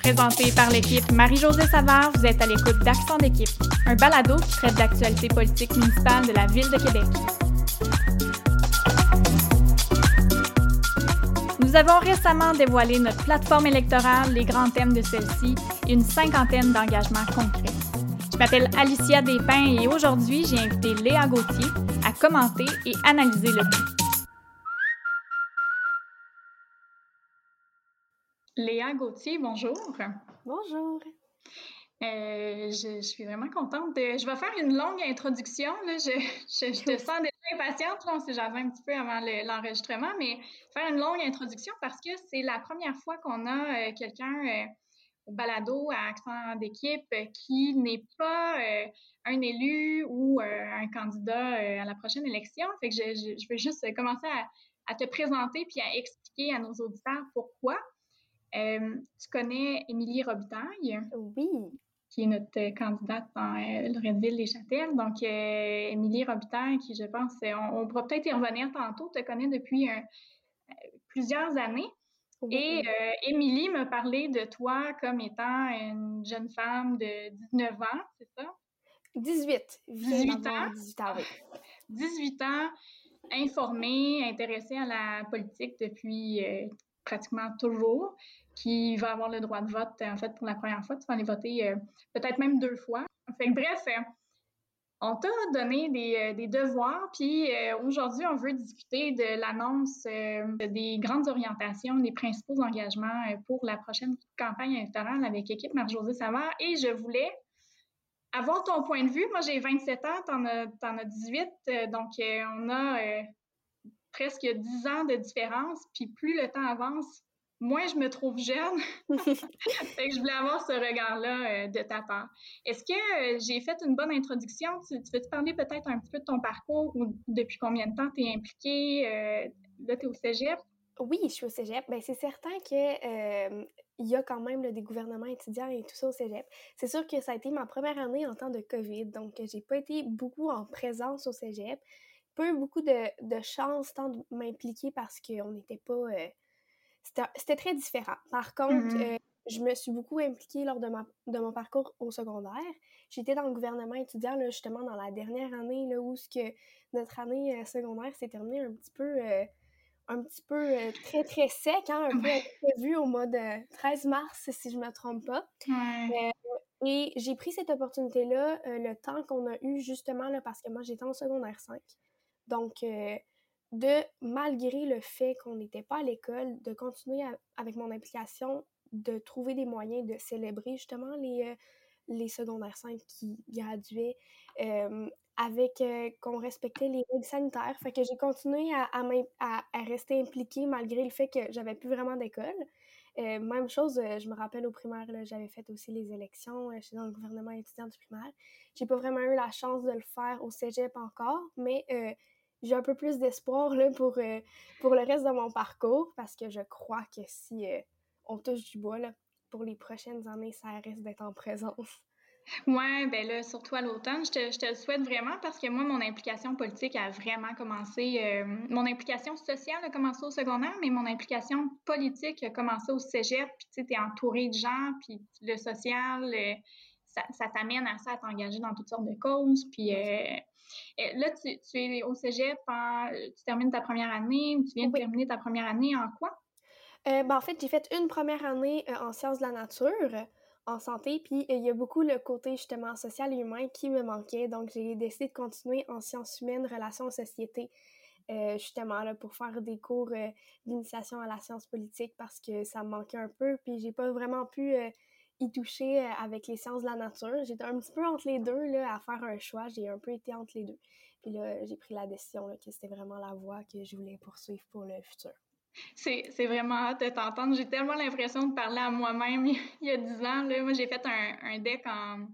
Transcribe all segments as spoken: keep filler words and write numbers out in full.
Présenté par l'équipe Marie-Josée Savard, vous êtes à l'écoute d'Accent d'équipe, un balado qui traite d'actualité politique municipale de la Ville de Québec. Nous avons récemment dévoilé notre plateforme électorale, les grands thèmes de celle-ci et une cinquantaine d'engagements concrets. Je m'appelle Alicia Despins et aujourd'hui, j'ai invité Léa Gauthier à commenter et analyser le tout. Léa Gauthier, bonjour. Bonjour. Euh, je, je suis vraiment contente. De, je vais faire une longue introduction. Là. Je, je, je te sens déjà impatiente. Là. On s'est jasé un petit peu avant le, l'enregistrement, mais faire une longue introduction parce que c'est la première fois qu'on a euh, quelqu'un euh, au balado à accent d'équipe euh, qui n'est pas euh, un élu ou euh, un candidat euh, à la prochaine élection. Fait que je, je, je veux juste commencer à, à te présenter puis à expliquer à nos auditeurs pourquoi. Euh, tu connais Émilie Robitaille? Oui. Qui est notre euh, candidate dans euh, Loretteville-les-Châtelles. Donc, euh, Émilie Robitaille, qui, je pense, on, on pourra peut-être y revenir tantôt, te connaît depuis euh, plusieurs années. Oui. Et euh, Émilie m'a parlé de toi comme étant une jeune femme de dix-neuf ans, c'est ça? dix-huit. dix-huit ans? dix-huit ans, oui. dix-huit ans, informée, intéressée à la politique depuis euh, pratiquement toujours, qui va avoir le droit de vote, en fait, pour la première fois. Tu vas aller voter euh, peut-être même deux fois. Fait que, bref, euh, on t'a donné des, euh, des devoirs, puis euh, aujourd'hui, on veut discuter de l'annonce euh, des grandes orientations, des principaux engagements euh, pour la prochaine campagne électorale avec l'équipe Marie-Josée Savard. Et je voulais avoir ton point de vue. Moi, j'ai vingt-sept ans, t'en as, t'en as dix-huit, euh, donc euh, on a euh, presque dix ans de différence, puis plus le temps avance, moins je me trouve jeune. Fait que je voulais avoir ce regard-là euh, de ta part. Est-ce que euh, j'ai fait une bonne introduction? Tu, tu veux-tu parler peut-être un petit peu de ton parcours ou depuis combien de temps tu es impliquée? Euh, là, tu es au cégep? Oui, je suis au cégep. Ben, c'est certain que euh, il y a quand même là, des gouvernements étudiants et tout ça au cégep. C'est sûr que ça a été ma première année en temps de COVID, donc j'ai pas été beaucoup en présence au cégep. Pas eu beaucoup de, de chance tant de m'impliquer parce qu'on n'était pas... Euh, c'était, c'était très différent. Par contre, Mm-hmm. euh, je me suis beaucoup impliquée lors de, ma, de mon parcours au secondaire. J'étais dans le gouvernement étudiant, là, justement, dans la dernière année, là, où ce que notre année euh, secondaire s'est terminée un petit peu... Euh, un petit peu euh, très, très sec, hein, un peu Ouais. imprévu au mois de treize mars, si je ne me trompe pas. Ouais. Euh, et j'ai pris cette opportunité-là, euh, le temps qu'on a eu justement, là, parce que moi, j'étais en secondaire cinq. Donc, euh, de, malgré le fait qu'on n'était pas à l'école, de continuer à, avec mon implication, de trouver des moyens de célébrer justement les, euh, les secondaires cinq qui graduaient, euh, avec euh, qu'on respectait les règles sanitaires. Fait que j'ai continué à, à, à, à rester impliquée malgré le fait que j'avais plus vraiment d'école. Euh, même chose, euh, je me rappelle au primaire, là, j'avais fait aussi les élections. Euh, j'étais dans le gouvernement étudiant du primaire. J'ai pas vraiment eu la chance de le faire au cégep encore, mais euh, j'ai un peu plus d'espoir là, pour, euh, pour le reste de mon parcours parce que je crois que si euh, on touche du bois, là, pour les prochaines années, ça risque d'être en présence. Ouais, ben là, surtout à l'automne, je te, je te le souhaite vraiment parce que moi, mon implication politique a vraiment commencé. Euh, mon implication sociale a commencé au secondaire, mais mon implication politique a commencé au cégep. Puis, tu sais, t'es entouré de gens, puis le social, euh, ça, ça t'amène à ça, à t'engager dans toutes sortes de causes. Puis euh, là, tu, tu es au cégep, en, tu termines ta première année ou tu viens de Oui. terminer ta première année en quoi? Euh, ben, en fait, j'ai fait une première année euh, en sciences de la nature, euh, en santé, puis il euh, y a beaucoup le côté justement social et humain qui me manquait, donc j'ai décidé de continuer en sciences humaines, relations aux sociétés, euh, justement là, pour faire des cours euh, d'initiation à la science politique parce que ça me manquait un peu, puis j'ai pas vraiment pu euh, y toucher euh, avec les sciences de la nature. J'étais un petit peu entre les deux, là, à faire un choix, j'ai un peu été entre les deux. Puis là, j'ai pris la décision là, que c'était vraiment la voie que je voulais poursuivre pour le futur. C'est, c'est vraiment hâte de t'entendre. J'ai tellement l'impression de parler à moi-même il y a dix ans. Là. Moi, j'ai fait un, un deck en,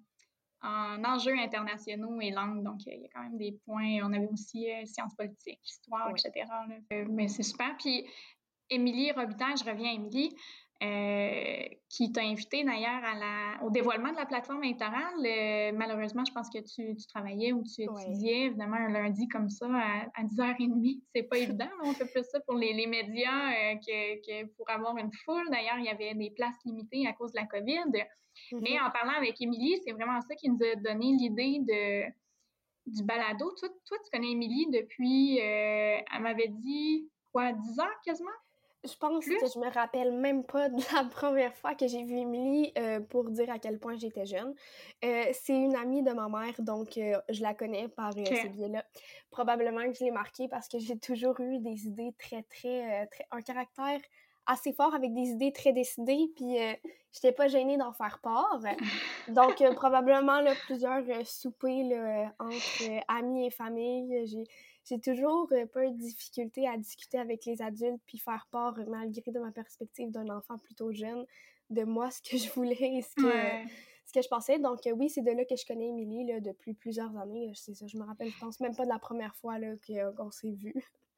en enjeux internationaux et langues. Donc, euh, il y a quand même des points. On avait aussi euh, sciences politiques, histoire, Ouais. et cetera là. Euh, mais c'est super. Puis, Émilie Robitaille, je reviens à Émilie. euh, qui t'a invité d'ailleurs à la, au dévoilement de la plateforme électorale. Euh, malheureusement, je pense que tu, tu travaillais ou tu Ouais. étudiais, évidemment, un lundi comme ça à, à dix heures trente. C'est pas évident, là. On fait plus ça pour les, les médias euh, que, que pour avoir une foule. D'ailleurs, il y avait des places limitées à cause de la COVID. Mais Mhm. en parlant avec Émilie, c'est vraiment ça qui nous a donné l'idée de, du balado. Toi, toi, tu connais Émilie depuis, euh, elle m'avait dit, quoi, dix ans quasiment? Je pense que Plus? je me rappelle même pas de la première fois que j'ai vu Émilie euh, pour dire à quel point j'étais jeune. Euh, c'est une amie de ma mère, donc euh, je la connais par euh, ces OK. biais-là. Probablement que je l'ai marquée parce que j'ai toujours eu des idées très, très, euh, très... un caractère assez fort avec des idées très décidées, puis euh, j'étais pas gênée d'en faire part. Donc, euh, probablement, là, plusieurs euh, soupers là, euh, entre euh, amis et famille. J'ai j'ai toujours euh, pas eu de difficulté à discuter avec les adultes puis faire part, euh, malgré de ma perspective d'un enfant plutôt jeune, de moi, ce que je voulais et ce que, euh, Ouais. ce que je pensais. Donc, euh, oui, c'est de là que je connais Émilie là, depuis plusieurs années. Euh, C'est ça, je me rappelle, je pense même pas de la première fois là, que, euh, qu'on s'est vu.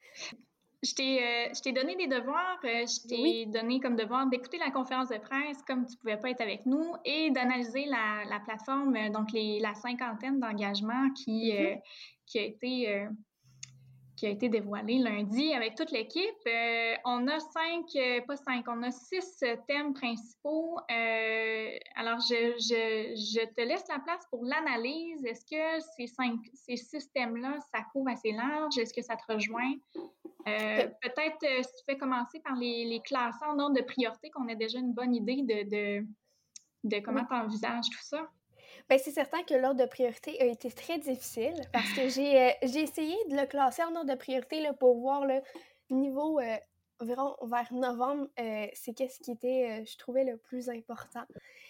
Je t'ai, euh, je t'ai donné des devoirs. euh, je Oui. t'ai donné comme devoir d'écouter la conférence de presse comme tu pouvais pas être avec nous et d'analyser la, la plateforme, euh, donc les, la cinquantaine d'engagements qui, Mhm. euh, qui a été euh, qui a été dévoilé lundi avec toute l'équipe. Euh, on a cinq, euh, pas cinq, on a six euh, thèmes principaux. Euh, alors, je, je, je te laisse la place pour l'analyse. Est-ce que ces cinq, ces six thèmes-là, ça couvre assez large? Est-ce que ça te rejoint? Euh, Euh, peut-être euh, si tu fais commencer par les, les classer en ordre de priorité, qu'on ait déjà une bonne idée de, de, de comment oui. tu envisages tout ça. Ben, c'est certain que l'ordre de priorité a été très difficile parce que j'ai euh, j'ai essayé de le classer en ordre de priorité là, pour voir le niveau euh, environ vers novembre, euh, c'est qu'est-ce qui était, euh, je trouvais, le plus important.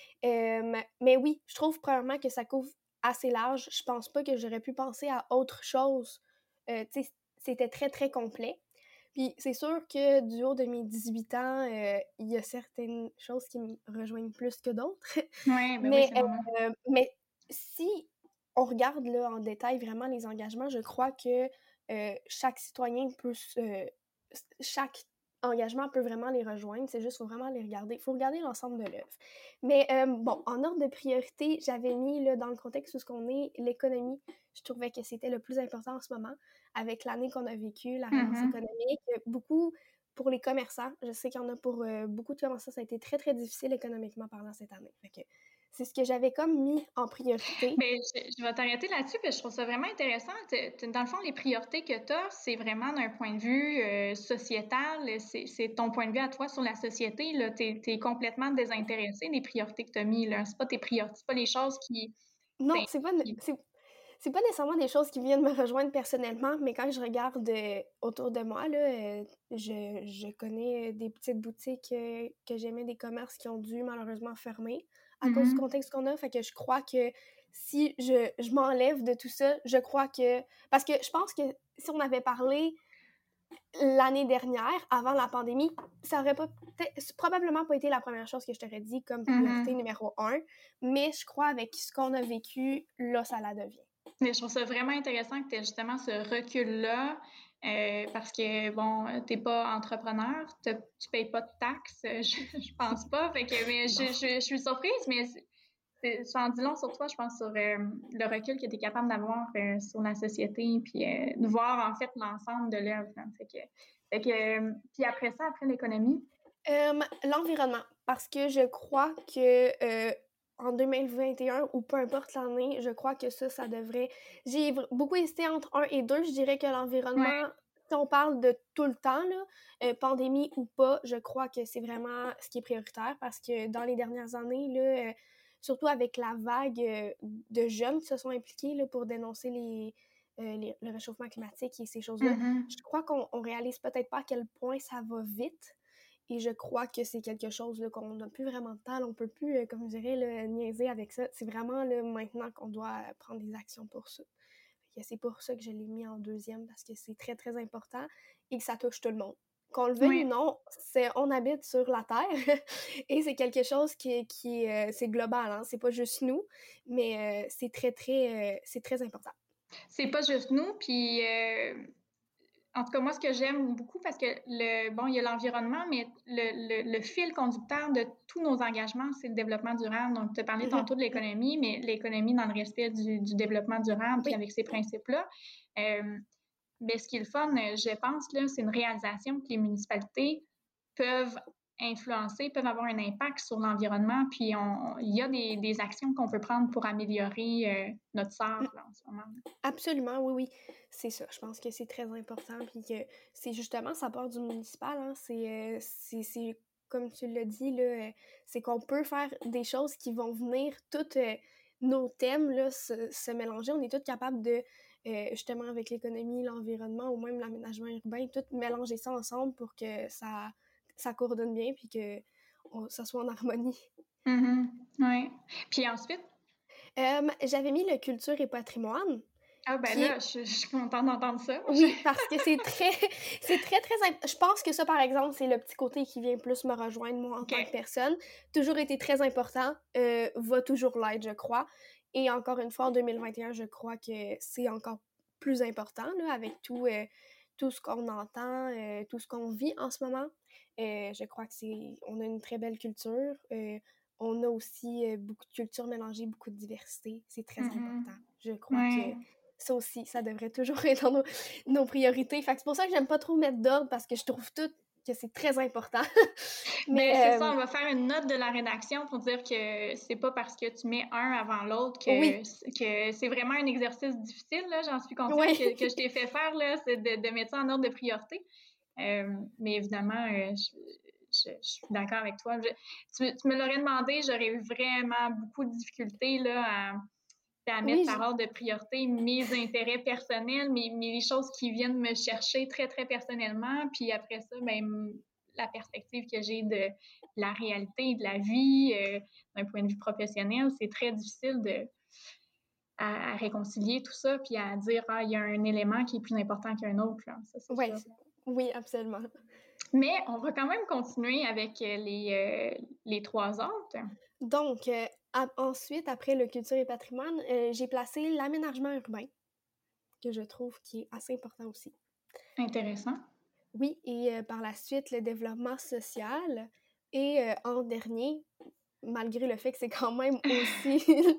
Euh, mais oui, je trouve premièrement que ça couvre assez large. Je pense pas que j'aurais pu penser à autre chose. Euh, tu sais, c'était très, très complet. Puis c'est sûr que du haut de mes dix-huit ans, euh, il y a certaines choses qui me rejoignent plus que d'autres. Oui, ben oui, mais, c'est normal. euh, mais si on regarde là, en détail vraiment les engagements, je crois que euh, chaque citoyen peut se- chaque engagement peut vraiment les rejoindre. C'est juste, il faut vraiment les regarder. Il faut regarder l'ensemble de l'œuvre. Mais euh, bon, en ordre de priorité, j'avais mis là, dans le contexte où ce qu'on est, l'économie. Je trouvais que c'était le plus important en ce moment, avec l'année qu'on a vécue, la relance Mhm. économique. Beaucoup pour les commerçants. Je sais qu'il y en a pour euh, beaucoup de commerçants, ça a été très, très difficile économiquement parlant cette année. Fait que c'est ce que j'avais comme mis en priorité. Mais je, je vais t'arrêter là-dessus parce que je trouve ça vraiment intéressant. T'es- t'es- Dans le fond, les priorités que tu as, c'est vraiment d'un point de vue euh, sociétal. C'est c'est ton point de vue à toi sur la société. Tu es, complètement désintéressé des priorités que tu as mis. C'est pas tes priorités, c'est pas les choses qui. Non, t'in- c'est pas, qui- c'est, c'est pas nécessairement des choses qui viennent me rejoindre personnellement, mais quand je regarde euh, autour de moi, là, euh, je, je connais des petites boutiques euh, que j'aimais, des commerces qui ont dû malheureusement fermer à cause du Mhm. contexte qu'on a. Fait que je crois que si je, je m'enlève de tout ça, je crois que... Parce que je pense que si on avait parlé l'année dernière, avant la pandémie, ça aurait pas, probablement pas été la première chose que je t'aurais dit comme priorité Mhm. numéro un, mais je crois avec ce qu'on a vécu, là, ça la devient. Mais je trouve ça vraiment intéressant que tu aies justement ce recul-là. euh, parce que, bon, t'es pas entrepreneur, t'as- tu payes pas de taxes, je, je pense pas. Fait que, mais Non. je, je, je suis surprise, mais C'est- ça en dit long sur toi, je pense, sur euh, le recul que tu es capable d'avoir euh, sur la société, puis euh, de voir en fait l'ensemble de l'œuvre. Hein. Fait que, fait que, euh, puis après ça, après l'économie. Euh, l'environnement, parce que je crois que euh, en deux mille vingt et un, ou peu importe l'année, je crois que ça, ça devrait... J'ai v- beaucoup hésité entre un et deux. Je dirais que Ouais. l'environnement, si on parle de tout le temps, là, euh, pandémie ou pas, je crois que c'est vraiment ce qui est prioritaire, parce que dans les dernières années, là, euh, surtout avec la vague euh, de jeunes qui se sont impliqués là, pour dénoncer les, euh, les- le réchauffement climatique et ces choses-là, Mhm. je crois qu'on on réalise peut-être pas à quel point ça va vite. Et je crois que c'est quelque chose là, qu'on n'a plus vraiment de temps. Là, on peut plus, euh, comme je dirais, là, niaiser avec ça. C'est vraiment là, maintenant qu'on doit euh, prendre des actions pour ça. Fait que c'est pour ça que je l'ai mis en deuxième, parce que c'est très, très important et que ça touche tout le monde. Qu'on le veuille ou Ouais. non, c'est, on habite sur la Terre et c'est quelque chose qui, qui euh, c'est global, hein? C'est pas juste nous, mais euh, c'est très, très, euh, c'est très important. C'est pas juste nous, puis euh, en tout cas, moi, ce que j'aime beaucoup, parce que le bon, il y a l'environnement, mais le, le, le fil conducteur de tous nos engagements, c'est le développement durable. Donc, tu as parlé Mhm. tantôt de l'économie, mais l'économie dans le respect du, du développement durable, puis Oui, avec ces principes-là. Euh, mais ce qui est le fun, euh, je pense, là, c'est une réalisation que les municipalités peuvent influencer, peuvent avoir un impact sur l'environnement, puis on, il y a des, des actions qu'on peut prendre pour améliorer euh, notre sort mm, là, en ce moment. absolument, oui, oui. C'est ça. Je pense que c'est très important. Puis que c'est justement, ça part du municipal. Hein, c'est, euh, c'est, c'est, comme tu l'as dit, là, euh, c'est qu'on peut faire des choses qui vont venir toutes euh, nos thèmes là, se, se mélanger. On est tous capables de, euh, justement, avec l'économie, l'environnement ou même l'aménagement urbain, tout mélanger ça ensemble pour que ça, ça coordonne bien puis que on- ça soit en harmonie. Mhm. Oui. Puis ensuite, Euh, j'avais mis le culture et patrimoine, ah ben qui là, est, je, je suis contente d'entendre ça. oui, parce que c'est très, c'est très, très, imp- je pense que ça, par exemple, c'est le petit côté qui vient plus me rejoindre, moi, en OK. tant que personne. Toujours été très important, euh, va toujours l'être, je crois. Et encore une fois, en deux mille vingt et un, je crois que c'est encore plus important, là, avec tout, euh, tout ce qu'on entend, euh, tout ce qu'on vit en ce moment. Euh, je crois que c'est, on a une très belle culture. Euh, on a aussi euh, beaucoup de culture mélangée, beaucoup de diversité. C'est très important. Mhm. Je crois que Ouais. ça aussi, ça devrait toujours être dans nos, nos priorités. Fait que c'est pour ça que j'aime pas trop mettre d'ordre parce que je trouve tout que c'est très important. Ben c'est Mais ça, euh, on va faire une note de la rédaction pour dire que c'est pas parce que tu mets un avant l'autre que, oui, que c'est vraiment un exercice difficile, là, j'en suis consciente oui, que, que je t'ai fait faire, là, c'est de, de mettre ça en ordre de priorité. Euh, mais évidemment, euh, je, je, je suis d'accord avec toi. Je- tu, tu me l'aurais demandé, j'aurais eu vraiment beaucoup de difficultés là, à, à mettre oui, par j- ordre de priorité mes intérêts personnels, mais, mais les choses qui viennent me chercher très, très personnellement. Puis après ça, ben, la perspective que j'ai de la réalité, de la vie, euh, d'un point de vue professionnel, c'est très difficile de, à, à réconcilier tout ça, puis à dire, ah, il y a un élément qui est plus important qu'un autre, là. Ça, c'est ouais, sûr. oui, absolument. Mais on va quand même continuer avec euh, les, euh, les trois autres. Donc, euh, a- ensuite, après le culture et patrimoine, euh, j'ai placé l'aménagement urbain, que je trouve qui est assez important aussi. Intéressant. Oui, et euh, par la suite, le développement social. Et euh, en dernier, malgré le fait que c'est quand même aussi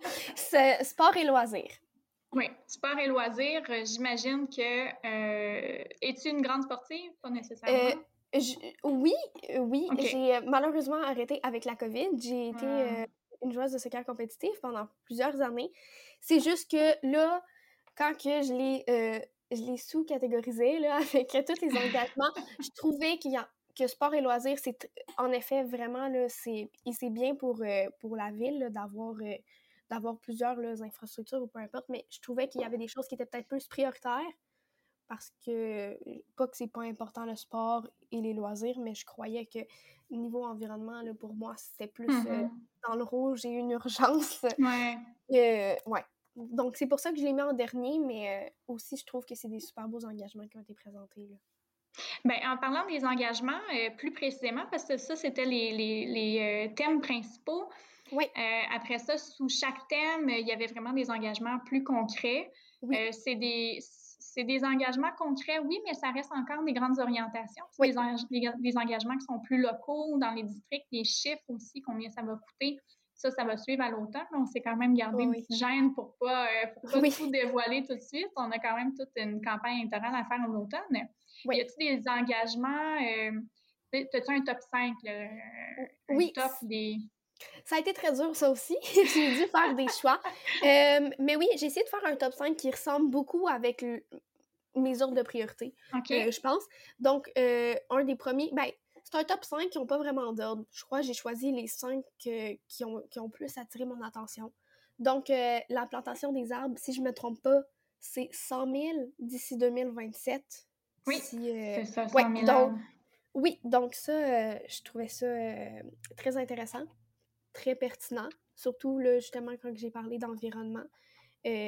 c'est sport et loisirs. Oui, sport et loisirs, euh, j'imagine que euh, es-tu une grande sportive? Pas Euh, nécessairement. je- oui, euh, oui, OK. j'ai euh, malheureusement arrêté avec la COVID. J'ai été Euh, euh, une joueuse de soccer compétitif pendant plusieurs années. C'est juste que là, quand que je l'ai euh, je l'ai sous-catégorisé là, avec tous les engagements, je trouvais qu'il y a, que sport et loisirs, c'est t- en effet vraiment là, c'est et c'est bien pour, euh, pour la ville là, d'avoir euh, d'avoir plusieurs là, infrastructures ou peu importe, mais je trouvais qu'il y avait des choses qui étaient peut-être plus prioritaires parce que, pas que c'est pas important le sport et les loisirs, mais je croyais que niveau environnement, là, pour moi, c'était plus euh, mhm. dans le rouge et une urgence. Ouais. Euh, ouais. Donc, c'est pour ça que je l'ai mis en dernier, mais euh, aussi, je trouve que c'est des super beaux engagements qui ont été présentés. Là. Ben, en parlant des engagements, euh, plus précisément, parce que ça, c'était les, les, les euh, thèmes principaux. Oui, Euh, après ça, sous chaque thème, il y avait vraiment des engagements plus concrets. oui, Euh, c'est des, c'est des engagements concrets, oui, mais ça reste encore des grandes orientations. C'est oui, des, en- des, des engagements qui sont plus locaux dans les districts, les chiffres aussi, combien ça va coûter. Ça, ça va suivre à l'automne. On s'est quand même gardé une oui, petite gêne pour pas, euh, pour pas oui, tout dévoiler tout de suite. On a quand même toute une campagne électorale à faire en automne. oui, Y a-t-il des engagements? Euh, As-tu un top cinq, là, un oui. top des. Ça a été très dur, ça aussi. J'ai dû faire des choix. Euh, mais oui, j'ai essayé de faire un top cinq qui ressemble beaucoup avec le- mes ordres de priorité, euh, OK? je pense. Donc, euh, un des premiers, ben, c'est un top cinq qui n'ont pas vraiment d'ordre. Je crois que j'ai choisi les cinq euh, qui, ont, qui ont plus attiré mon attention. Donc, euh, la plantation des arbres, si je ne me trompe pas, c'est cent mille d'ici deux mille vingt-sept. Oui, Si, euh, c'est ça, ouais, cent mille donc, arbres. oui, donc ça, euh, je trouvais ça euh, très intéressant, très pertinent, surtout là, justement quand j'ai parlé d'environnement. Euh,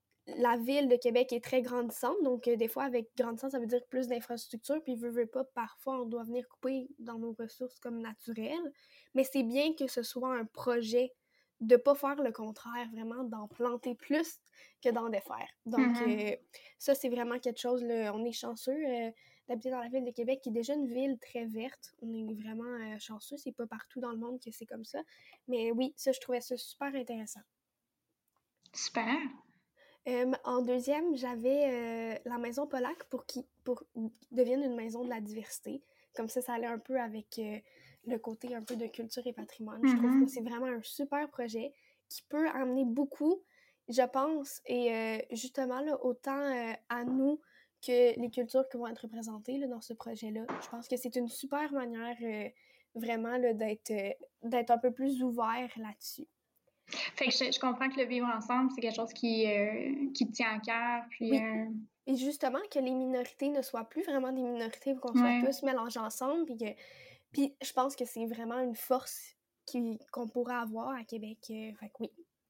la ville de Québec est très grandissante, donc euh, des fois, avec grandissante, ça veut dire plus d'infrastructures, puis veut, veut pas, parfois, on doit venir couper dans nos ressources comme naturelles, mais c'est bien que ce soit un projet de pas faire le contraire, vraiment d'en planter plus que d'en défaire. Donc, Mhm. euh, ça, c'est vraiment quelque chose, là, on est chanceux euh, d'habiter dans la ville de Québec, qui est déjà une ville très verte. On est vraiment euh, chanceux, c'est pas partout dans le monde que c'est comme ça. Mais oui, ça, je trouvais ça super intéressant. Super. Euh, en deuxième, j'avais euh, la maison Polac pour qui pour devienne une maison de la diversité. Comme ça, ça allait un peu avec euh, le côté un peu de culture et patrimoine. Je trouve que Mhm. c'est vraiment un super projet qui peut amener beaucoup, je pense, et euh, justement, là, autant euh, à nous que les cultures qui vont être représentées là, dans ce projet-là. Je pense que c'est une super manière euh, vraiment là, d'être, euh, d'être un peu plus ouvert là-dessus. Fait que je, je comprends que le vivre ensemble, c'est quelque chose qui, euh, qui te tient à cœur. Puis, Oui, euh, et justement, que les minorités ne soient plus vraiment des minorités, qu'on soit ouais, tous mélangés ensemble, puis que puis je pense que c'est vraiment une force qui qu'on pourrait avoir à Québec, heu, fait que oui.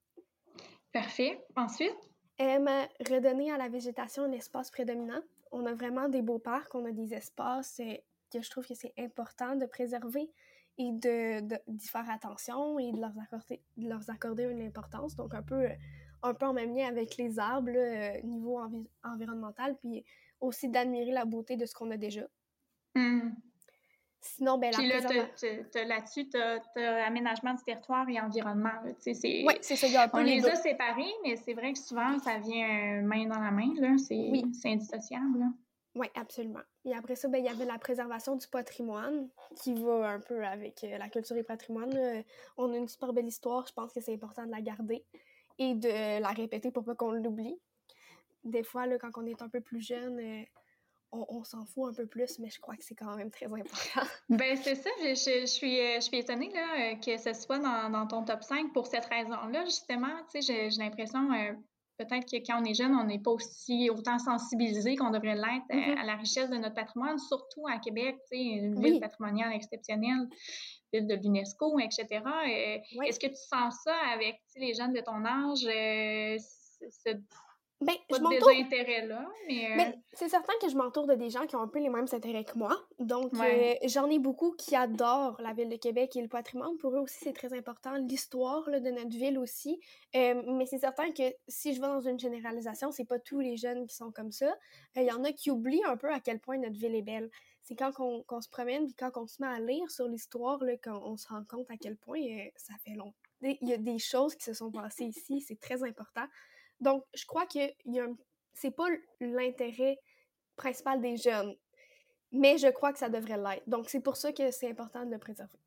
parfait. Ensuite? Hem, redonner à la végétation un espace prédominant. On a vraiment des beaux parcs, on a des espaces, heu, que je trouve que c'est important de préserver et de de d'y faire attention et de leur accorder de leur accorder une importance, donc un peu, heu, un peu en même lien avec les arbres là, heu, niveau envi environnemental, puis aussi d'admirer la beauté de ce qu'on a déjà. Hmm. Sinon, ben la Puis là, t'as- préserva t'as- t'as là-dessus, tu as aménagement du territoire et environnement. Là. Tu sais, ouais, c'est- c'est ça, il y a un peu on les les deux. a séparés, mais c'est vrai que souvent, ça vient euh, main dans la main. Là. C'est Oui, c'est indissociable. Là. oui, absolument. Et après ça, ben, il y avait la préservation du patrimoine qui va un peu avec euh, la culture et le patrimoine. Là. On a une super belle histoire, je pense que c'est important de la garder et de la répéter pour pas qu'on l'oublie. Des fois, là, quand on est un peu plus jeune, euh, on, on s'en fout un peu plus, mais je crois que c'est quand même très important. Ben, c'est ça. Je, je- je suis, euh, je suis étonnée là, euh, que ce soit dans, dans ton top cinq pour cette raison-là. Justement, tu sais, j'ai j'ai l'impression, euh, peut-être que quand on est jeune, on n'est pas aussi autant sensibilisé qu'on devrait l'être Mhm. à, à la richesse de notre patrimoine, surtout à Québec, tu sais, une ville Oui, patrimoniale exceptionnelle, ville de l'UNESCO, et cetera. Euh, oui. est-ce que tu sens ça avec tu sais, les jeunes de ton âge, euh, ce, ce- Ben, pas je de m'entoure désintérêt-là, mais ben, c'est certain que je m'entoure de des gens qui ont un peu les mêmes intérêts que moi. euh, Donc, ouais. euh, j'en ai beaucoup qui adorent la ville de Québec et le patrimoine. Pour eux aussi, c'est très important. L'histoire là, de notre ville aussi. Euh, mais c'est certain que si je vais dans une généralisation, c'est pas tous les jeunes qui sont comme ça. Euh, Il y en a qui oublient un peu à quel point notre ville est belle. C'est quand on, qu'on se promène puis quand on se met à lire sur l'histoire là, qu'on se rend compte à quel point euh, ça fait longtemps. Il y a des choses qui se sont passées ici, c'est très important. Donc, je crois que y a un c'est pas l'intérêt principal des jeunes, mais je crois que ça devrait l'être. Donc, c'est pour ça que c'est important de le préserver.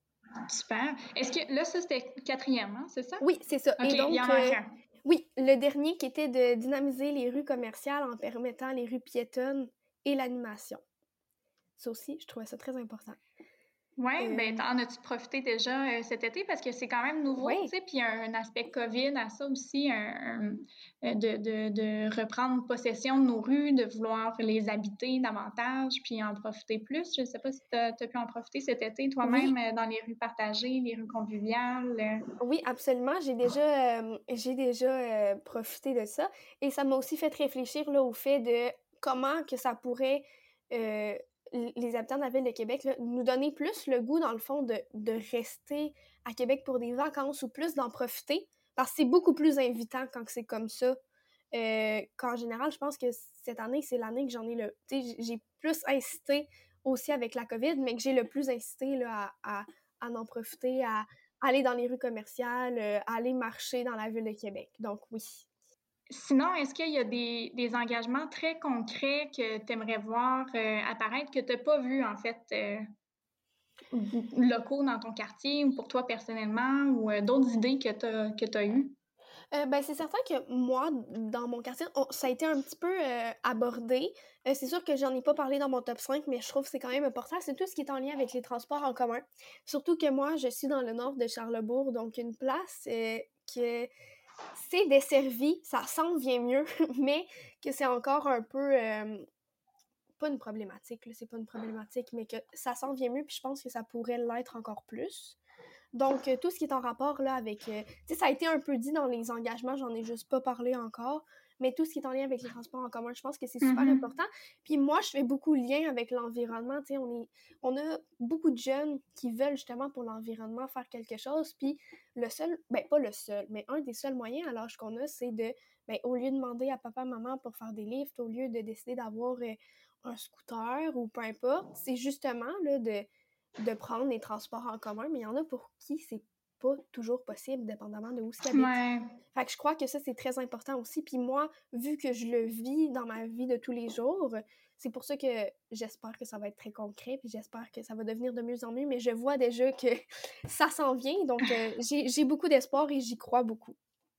Super. Est-ce que là, ça, c'était quatrième, hein, c'est ça? Oui, c'est ça. OK, Et il y en donc, manque euh, un. oui, le dernier qui était de dynamiser les rues commerciales en permettant les rues piétonnes et l'animation. Ça aussi, je trouvais ça très important. Oui, ben, Euh, en as-tu profité déjà euh, cet été? Parce que c'est quand même nouveau, tu oui, sais, puis il y a un aspect COVID à ça aussi, un- un- de, de, de reprendre possession de nos rues, de vouloir les habiter davantage, puis en profiter plus. Je ne sais pas si tu as, pu en profiter cet été toi-même oui, euh, dans les rues partagées, les rues conviviales. euh. oui, absolument. J'ai déjà, euh, j'ai déjà euh, profité de ça. Et ça m'a aussi fait réfléchir là, au fait de comment que ça pourrait, euh, l- les habitants de la ville de Québec, là, nous donner plus le goût, dans le fond, de, de rester à Québec pour des vacances ou plus d'en profiter. Parce que c'est beaucoup plus invitant quand c'est comme ça. Euh, qu'en général, je pense que cette année, c'est l'année que j'en ai le. Tu sais, j'ai plus incité aussi avec la COVID, mais que j'ai le plus incité là, à, à, à en profiter, à aller dans les rues commerciales, euh, aller marcher dans la ville de Québec. Donc oui. Sinon, est-ce qu'il y a des, des engagements très concrets que tu aimerais voir euh, apparaître que tu n'as pas vu, en fait, euh, locaux dans ton quartier ou pour toi personnellement ou euh, d'autres idées que tu as, que tu eues? Euh, ben, c'est certain que moi, dans mon quartier, on- ça a été un petit peu euh, abordé. Euh, c'est sûr que j'en ai pas parlé dans mon top cinq, mais je trouve que c'est quand même important. C'est tout ce qui est en lien avec les transports en commun. Surtout que moi, je suis dans le nord de Charlebourg, donc une place euh, que c'est desservi, ça s'en vient mieux, mais que c'est encore un peu... euh, pas une problématique, là, c'est pas une problématique, mais que ça s'en vient mieux, puis je pense que ça pourrait l'être encore plus. Donc, euh, tout ce qui est en rapport là avec... euh, tu sais, ça a été un peu dit dans les engagements, j'en ai juste pas parlé encore, mais tout ce qui est en lien avec les transports en commun, je pense que c'est super Mhm. important. Puis moi, je fais beaucoup de lien avec l'environnement, tu sais, on est, on a beaucoup de jeunes qui veulent justement pour l'environnement faire quelque chose, puis le seul, ben pas le seul, mais un des seuls moyens à l'âge qu'on a, c'est de, ben au lieu de demander à papa, maman pour faire des lifts, au lieu de décider d'avoir euh, un scooter ou peu importe, c'est justement là de de prendre les transports en commun, mais il y en a pour qui c'est pas toujours possible, dépendamment de où ils habitent. Ouais. Fait que je crois que ça, c'est très important aussi. Puis moi, vu que je le vis dans ma vie de tous les jours, c'est pour ça que j'espère que ça va être très concret, puis j'espère que ça va devenir de mieux en mieux, mais je vois déjà que ça s'en vient, donc euh, j'ai, j'ai beaucoup d'espoir et j'y crois beaucoup.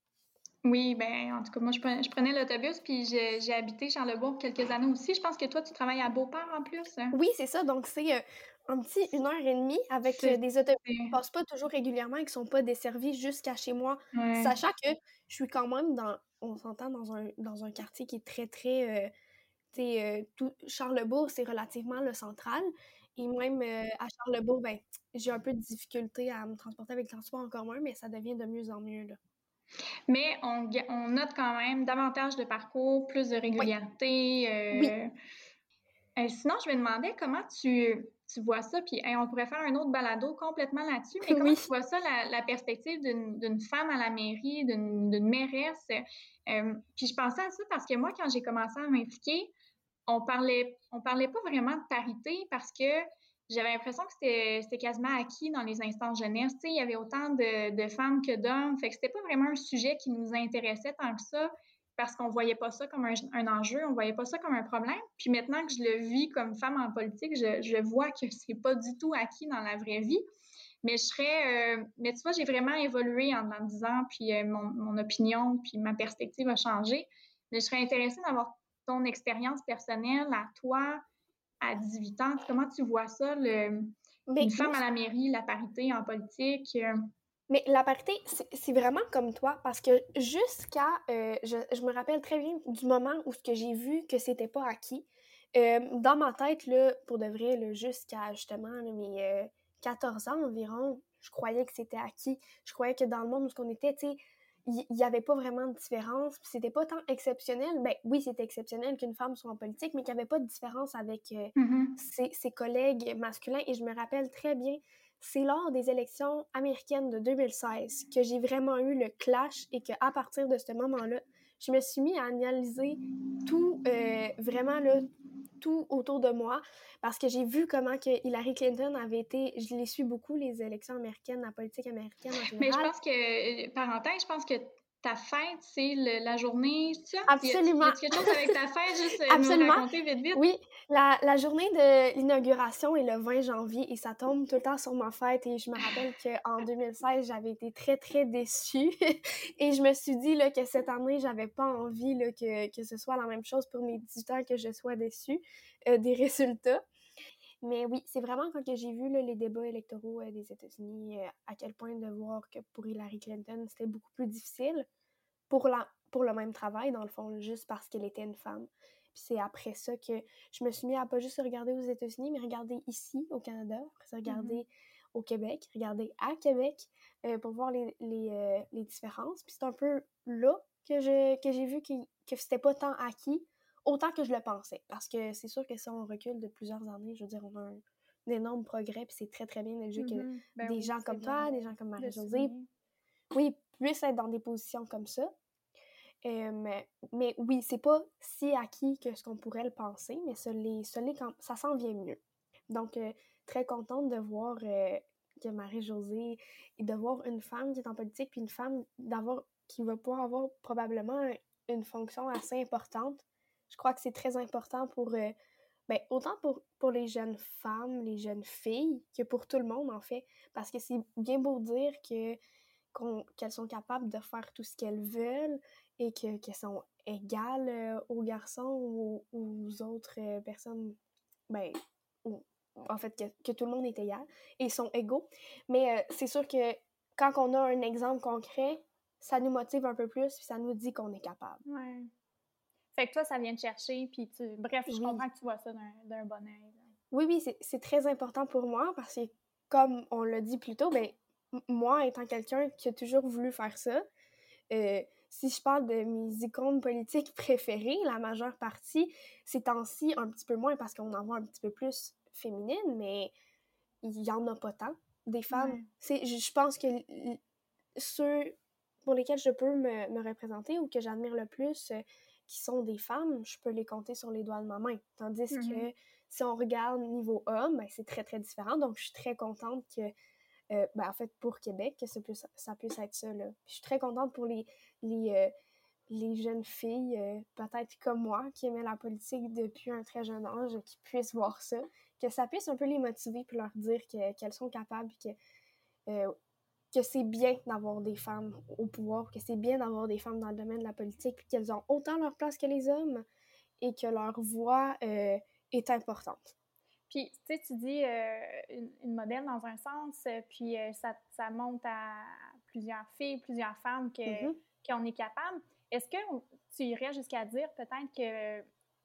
Oui, ben, en tout cas, moi, je prenais, je prenais l'autobus, puis j'ai j'ai habité Charlebourg quelques années aussi. Je pense que toi, tu travailles à Beauport en plus, hein? Oui, c'est ça, donc c'est euh, un petit une heure et demie avec euh, C'est des autobus qui c'est passent pas toujours régulièrement et qui sont pas desservis jusqu'à chez moi, ouais. sachant que je suis quand même dans, on s'entend dans un, dans un quartier qui est très, très, euh, tu sais, euh, tout, Charlebourg, c'est relativement le central, et même euh, à Charlebourg, ben, j'ai un peu de difficulté à me transporter avec le transport en commun, mais ça devient de mieux en mieux, là. Mais on, ga- on note quand même davantage de parcours, plus de Oui, régularité. oui, euh, Euh, sinon, je me demandais comment tu, tu vois ça, puis hey, on pourrait faire un autre balado complètement là-dessus, mais comment oui, tu vois ça, la, la perspective d'une d'une femme à la mairie, d'une d'une mairesse? Euh, puis je pensais à ça parce que moi, quand j'ai commencé à m'impliquer, on parlait, on parlait pas vraiment de parité parce que j'avais l'impression que c'était c'était quasiment acquis dans les instances jeunesse. Tu sais, il y avait autant de, de femmes que d'hommes, fait que c'était pas vraiment un sujet qui nous intéressait tant que ça parce qu'on voyait pas ça comme un, un enjeu, on voyait pas ça comme un problème. Puis maintenant que je le vis comme femme en politique, je, je vois que c'est pas du tout acquis dans la vraie vie. Mais je serais, euh, mais tu vois, j'ai vraiment évolué en en dix ans, puis euh, mon, mon opinion, puis ma perspective a changé. Mais je serais intéressée d'avoir ton expérience personnelle à toi, à dix-huit ans. Comment tu vois ça, le, une mais moi, femme à la mairie, la parité en politique? euh, mais la parité, c'est c'est vraiment comme toi, parce que jusqu'à, euh, je, je me rappelle très bien du moment où ce que j'ai vu que c'était pas acquis. Euh, dans ma tête, là, pour de vrai, là, jusqu'à justement là, mes euh, quatorze ans environ, je croyais que c'était acquis. Je croyais que dans le monde où ce qu'on était, tu sais, il n'y avait pas vraiment de différence, puis c'était pas tant exceptionnel. Ben oui, c'était exceptionnel qu'une femme soit en politique, mais qu'il n'y avait pas de différence avec euh, mhm. ses, ses collègues masculins. Et je me rappelle très bien, c'est lors des élections américaines de deux mille seize que j'ai vraiment eu le clash et qu'à partir de ce moment-là, je me suis mis à analyser tout, euh, vraiment, là, tout autour de moi parce que j'ai vu comment que Hillary Clinton avait été, je les suis beaucoup, les élections américaines, la politique américaine en Mais je général. pense que, euh, parenthèse, je pense que ta fête, c'est le- la journée, c'est ça? Y a-tu y Absolument. a-tu quelque chose avec ta fête? Juste euh, nous le Absolument. raconter vite, vite. Oui, la, la journée de l'inauguration est le vingt janvier et ça tombe tout le temps sur ma fête et je me rappelle qu'en deux mille seize, j'avais été très, très déçue et je me suis dit là, que cette année, j'avais pas envie là, que, que ce soit la même chose pour mes dix-huit ans, que je sois déçue euh, des résultats. Mais oui, c'est vraiment quand que j'ai vu là, les débats électoraux euh, des États-Unis, euh, à quel point de voir que pour Hillary Clinton, c'était beaucoup plus difficile pour, la, pour le même travail, dans le fond, juste parce qu'elle était une femme. Puis c'est après ça que je me suis mis à pas juste regarder aux États-Unis, mais regarder ici, au Canada, après ça, Mhm. regarder au Québec, regarder à Québec euh, pour voir les, les, euh, les différences. Puis c'est un peu là que, je, que j'ai vu que, que c'était pas tant acquis, autant que je le pensais. Parce que c'est sûr que si on recule de plusieurs années, je veux dire, on a un, un énorme progrès, puis c'est très, très bien déjà que Mhm. Ben des oui, gens c'est comme bien toi, des de, gens comme de Marie-Josée, souligner. oui, puissent être dans des positions comme ça. Euh, mais, mais oui, c'est pas si acquis que ce qu'on pourrait le penser, mais ça, l'est- ça, l'est quand- ça s'en vient mieux. Donc, euh, très contente de voir euh, que Marie-Josée et de voir une femme qui est en politique, puis une femme d'avoir qui va pouvoir avoir probablement un- une fonction assez importante. Je crois que c'est très important pour, euh, ben, autant pour, pour les jeunes femmes, les jeunes filles, que pour tout le monde, en fait. Parce que c'est bien beau dire que qu'on- qu'elles sont capables de faire tout ce qu'elles veulent et que, qu'elles sont égales euh, aux garçons ou aux autres euh, personnes, ben, ou- en fait, que, que tout le monde est égal et sont égaux. Mais euh, c'est sûr que quand on a un exemple concret, ça nous motive un peu plus puis ça nous dit qu'on est capable. Ouais. Fait que toi, ça vient te chercher, puis tu... Bref, je Oui, comprends que tu vois ça d'un d'un bon œil. oui, oui, c'est, c'est très important pour moi parce que, comme on l'a dit plus tôt, ben, m- moi, étant quelqu'un qui a toujours voulu faire ça, euh, si je parle de mes icônes politiques préférées, la majeure partie, ces temps-ci, un petit peu moins parce qu'on en voit un petit peu plus féminine, mais il y en a pas tant, des femmes. Ouais. C'est, je je pense que l- ceux pour lesquels je peux me, me représenter ou que j'admire le plus, euh, qui sont des femmes, je peux les compter sur les doigts de ma main. Tandis Mhm. que si on regarde niveau homme, ben, c'est très, très différent. Donc, je suis très contente que, euh, ben, en fait, pour Québec, que ça puisse, ça puisse être ça, là. Puis je suis très contente pour les, les, euh, les jeunes filles, euh, peut-être comme moi, qui aimaient la politique depuis un très jeune âge, qui puissent voir ça, que ça puisse un peu les motiver puis leur dire que, qu'elles sont capables, que, euh, que c'est bien d'avoir des femmes au pouvoir, que c'est bien d'avoir des femmes dans le domaine de la politique, puis qu'elles ont autant leur place que les hommes et que leur voix euh, est importante. Puis, tu sais, tu dis euh, une, une modèle dans un sens, euh, puis euh, ça, ça monte à plusieurs filles, plusieurs femmes que, Mhm. qu'on est capable. Est-ce que tu irais jusqu'à dire peut-être que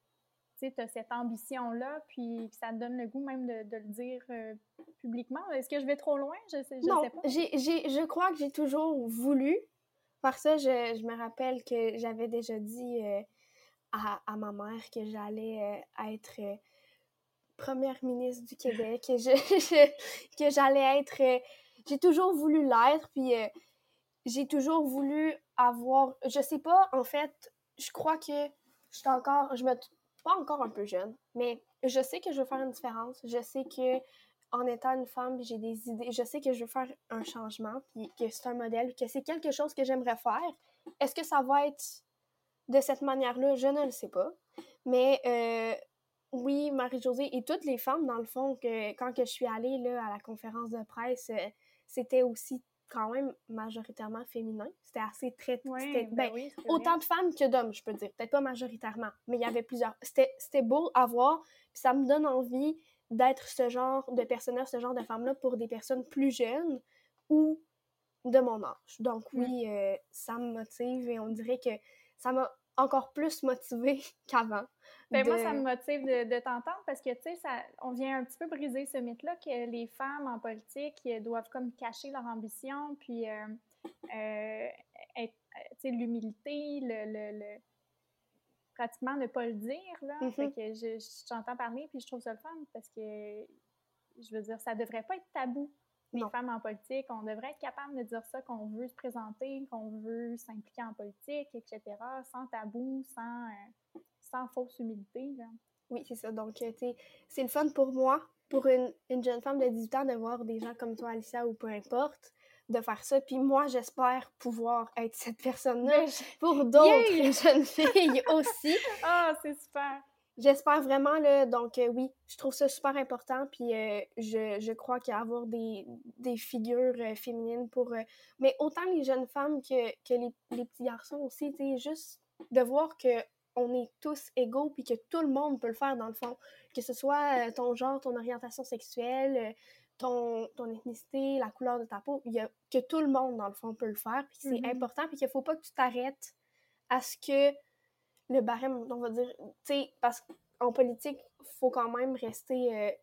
tu as cette ambition-là, puis que ça te donne le goût même de, de le dire euh, publiquement? Est-ce que je vais trop loin? Je sais, je Non, sais pas. j'ai, j'ai, je crois que j'ai toujours voulu. Par ça, je, je me rappelle que j'avais déjà dit euh, à, à ma mère que j'allais euh, être euh, première ministre du Québec, que, je, je- que j'allais être... euh, j'ai toujours voulu l'être, puis euh, j'ai toujours voulu avoir... Je sais pas, en fait, je crois que je suis encore... Je me... Pas encore un peu jeune, mais je sais que je veux faire une différence. Je sais que en étant une femme, j'ai des idées. Je sais que je veux faire un changement, puis que c'est un modèle, que c'est quelque chose que j'aimerais faire. Est-ce que ça va être de cette manière-là? Je ne le sais pas. Mais euh, oui, Marie-Josée et toutes les femmes, dans le fond, que quand que je suis allée là, à la conférence de presse, euh, c'était aussi quand même majoritairement féminin. C'était assez très... Oui, C'était, ben ben, oui, c'est vrai. autant de femmes que d'hommes, je peux dire. Peut-être pas majoritairement, mais il y avait plusieurs. C'était, c'était beau à voir, puis ça me donne envie d'être ce genre de personnage, ce genre de femme-là pour des personnes plus jeunes ou de mon âge. Donc Mm. oui, euh, ça me motive et on dirait que ça m'a encore plus motivée qu'avant. Ben moi, ça De... me motive de, de t'entendre parce que, tu sais, ça, on vient un petit peu briser ce mythe-là que les femmes en politique euh, doivent comme cacher leur ambition, puis euh, euh, être, euh, tu sais, l'humilité, le, le, le- pratiquement ne pas le dire, là. Fait Mhm. que je, je- j'entends parler, puis je trouve ça le fun parce que, je veux dire, ça devrait pas être tabou, les Non. femmes en politique. On devrait être capable de dire ça, qu'on veut se présenter, qu'on veut s'impliquer en politique, et cetera, sans tabou, sans, euh, sans fausse humilité, là. Oui, c'est ça. Donc, euh, tu sais, c'est le fun pour moi, pour une, une jeune femme de dix-huit ans, de voir des gens comme toi, Alicia, ou peu importe, de faire ça. Puis moi, j'espère pouvoir être cette personne-là Ben, je- pour d'autres Yay! jeunes filles aussi. Ah, c'est super! J'espère vraiment, là, donc euh, oui, je trouve ça super important, puis euh, je, je crois qu'avoir des, des figures euh, féminines pour... euh, mais autant les jeunes femmes que, que les, les petits garçons aussi, tu sais, juste de voir que on est tous égaux, puis que tout le monde peut le faire, dans le fond. Que ce soit euh, ton genre, ton orientation sexuelle, euh, ton, ton ethnicité, la couleur de ta peau, il y a, que tout le monde, dans le fond, peut le faire, puis c'est Mhm. important, puis qu'il faut pas que tu t'arrêtes à ce que le barème, on va dire, tu sais, parce qu'en politique, faut quand même rester, euh,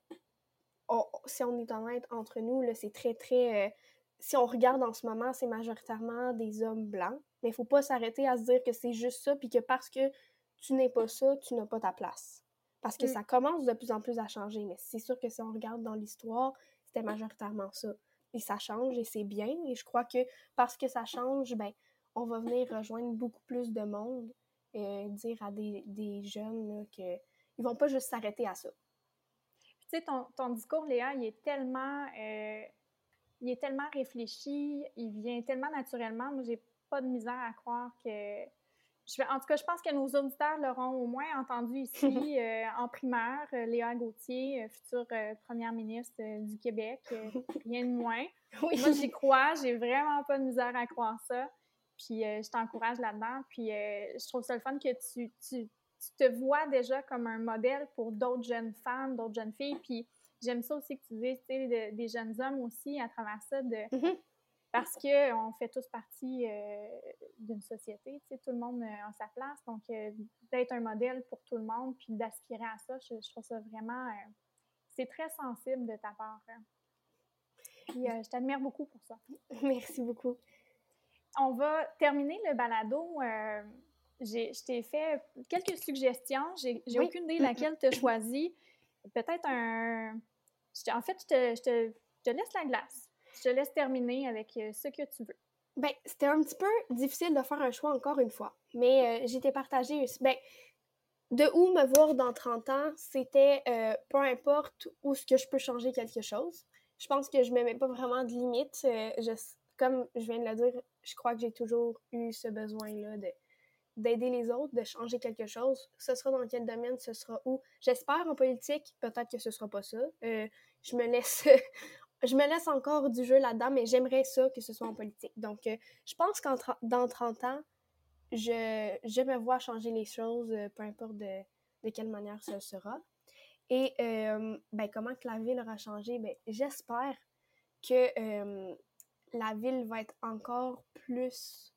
on- si on est honnête entre nous, là, c'est très, très, euh, si on regarde en ce moment, c'est majoritairement des hommes blancs, mais il faut pas s'arrêter à se dire que c'est juste ça, puis que parce que tu n'es pas ça, tu n'as pas ta place. Parce que Mm. ça commence de plus en plus à changer, mais c'est sûr que si on regarde dans l'histoire, c'était majoritairement ça. Et ça change, et c'est bien, et je crois que parce que ça change, ben, on va venir rejoindre beaucoup plus de monde, euh, dire à des, des jeunes là, que ils vont pas juste s'arrêter à ça. Puis, tu sais, ton, ton discours, Léa, il est tellement, euh, il est tellement réfléchi, il vient tellement naturellement. Moi, j'ai pas de misère à croire que. Je vais, en tout cas, je pense que nos auditeurs l'auront au moins entendu ici euh, en primaire. euh, Léa Gauthier, euh, future euh, première ministre euh, du Québec, euh, rien de moins. Moi, j'y Oui. crois, j'ai vraiment pas de misère à croire ça. Puis euh, je t'encourage là-dedans. Puis euh, je trouve ça le fun que tu, tu, tu te vois déjà comme un modèle pour d'autres jeunes femmes, d'autres jeunes filles. Puis j'aime ça aussi que tu dises, tu sais, de- des jeunes hommes aussi à travers ça, de, Mhm. parce qu'on fait tous partie euh, d'une société, tu sais, tout le monde euh, a sa place. Donc, euh, d'être un modèle pour tout le monde, puis d'aspirer à ça, je, je trouve ça vraiment, euh, c'est très sensible de ta part, hein. Puis, euh, je t'admire beaucoup pour ça. Merci beaucoup. on va terminer le balado. Euh, j'ai, je t'ai fait quelques suggestions. J'ai, j'ai Oui. aucune idée laquelle tu as choisi. Peut-être un... je te- En fait, je te, je, te, je te laisse la glace. Je te laisse terminer avec euh, ce que tu veux. Ben, c'était un petit peu difficile de faire un choix encore une fois, mais euh, j'étais partagée aussi. Ben, de où me voir dans trente ans, c'était euh, peu importe où ce que je peux changer quelque chose. Je pense que je me mets pas vraiment de limites. Euh, je, comme je viens de le dire, je crois que j'ai toujours eu ce besoin-là de d'aider les autres, de changer quelque chose. Ce sera dans quel domaine, ce sera où. J'espère en politique, peut-être que ce sera pas ça. Euh, je me laisse je me laisse encore du jeu là-dedans, mais j'aimerais ça que ce soit en politique. Donc, euh, je pense qu'en tra- dans trente ans, je, je me vois changer les choses, euh, peu importe de, de quelle manière ce sera. Et euh, ben, comment que la ville aura changé? Ben, j'espère que euh, la ville va être encore plus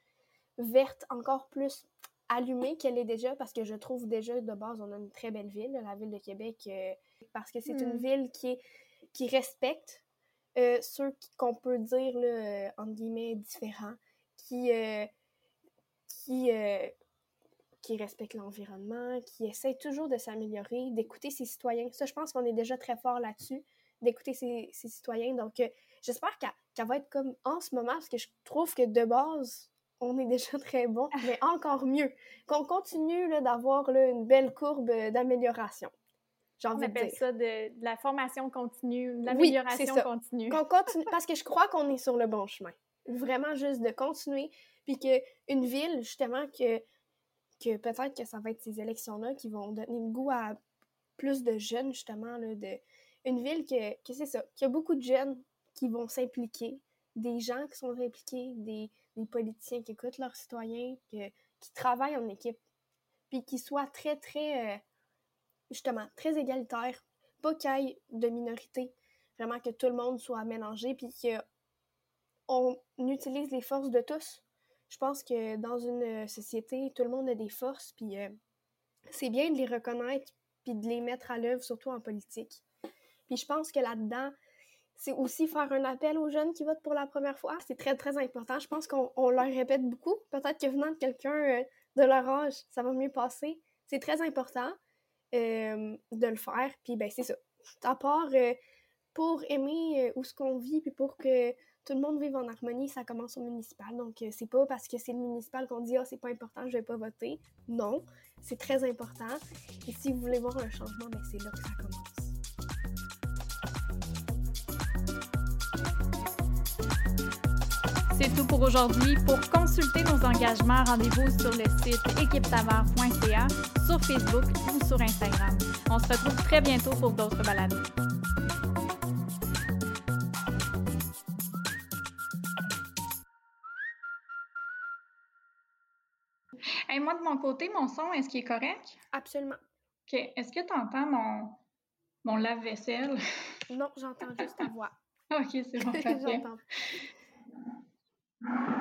verte, encore plus allumée qu'elle est déjà, parce que je trouve déjà, de base, on a une très belle ville, la ville de Québec, euh, parce que c'est Mm. une ville qui, est, qui respecte euh, ceux qui- qu'on peut dire, là, euh, entre guillemets, différents, qui, euh, qui, euh, qui respectent l'environnement, qui essaie toujours de s'améliorer, d'écouter ses citoyens. Ça, je pense qu'on est déjà très fort là-dessus, d'écouter ses, ses citoyens. Donc, euh, j'espère qu'elle, qu'elle va être comme en ce moment, parce que je trouve que de base, on est déjà très bon, mais encore mieux. Qu'on continue là, d'avoir là, une belle courbe d'amélioration, j'ai On envie de appelle dire. ça de, de la formation continue, de Oui, c'est l'amélioration ça. continue. Qu'on continue, parce que je crois qu'on est sur le bon chemin. Vraiment juste de continuer, puis qu'une ville, justement, que, que peut-être que ça va être ces élections-là qui vont donner le goût à plus de jeunes, justement, là, de, une ville que, que c'est ça, qu'il y a beaucoup de jeunes qui vont s'impliquer, des gens qui sont impliqués, des, des politiciens qui écoutent leurs citoyens, que, qui travaillent en équipe, puis qui soient très, très, euh, justement, très égalitaires, pas qu'il y ait de minorité, vraiment que tout le monde soit mélangé, puis qu'on utilise les forces de tous. Je pense que dans une société, tout le monde a des forces, puis euh, c'est bien de les reconnaître, puis de les mettre à l'œuvre, surtout en politique. Puis je pense que là-dedans, c'est aussi faire un appel aux jeunes qui votent pour la première fois. C'est très, très important. Je pense qu'on on leur répète beaucoup. Peut-être que venant de quelqu'un euh, de leur âge, ça va mieux passer. C'est très important euh, de le faire. Puis ben c'est ça. À part euh, pour aimer euh, où ce qu'on vit, puis pour que tout le monde vive en harmonie, ça commence au municipal. Donc, euh, c'est pas parce que c'est le municipal qu'on dit « Ah, c'est pas important, je vais pas voter ». Non, c'est très important. Et si vous voulez voir un changement, ben c'est là que ça commence. C'est tout pour aujourd'hui. Pour consulter nos engagements, rendez-vous sur le site équipe saveur point c a, sur Facebook ou sur Instagram. On se retrouve très bientôt pour d'autres balados. Hey, moi, de mon côté, mon son, est-ce qu'il est correct? Absolument. OK. Est-ce que tu entends mon, mon lave-vaisselle? Non, j'entends juste ta voix. OK, c'est bon, parfait. J'entends.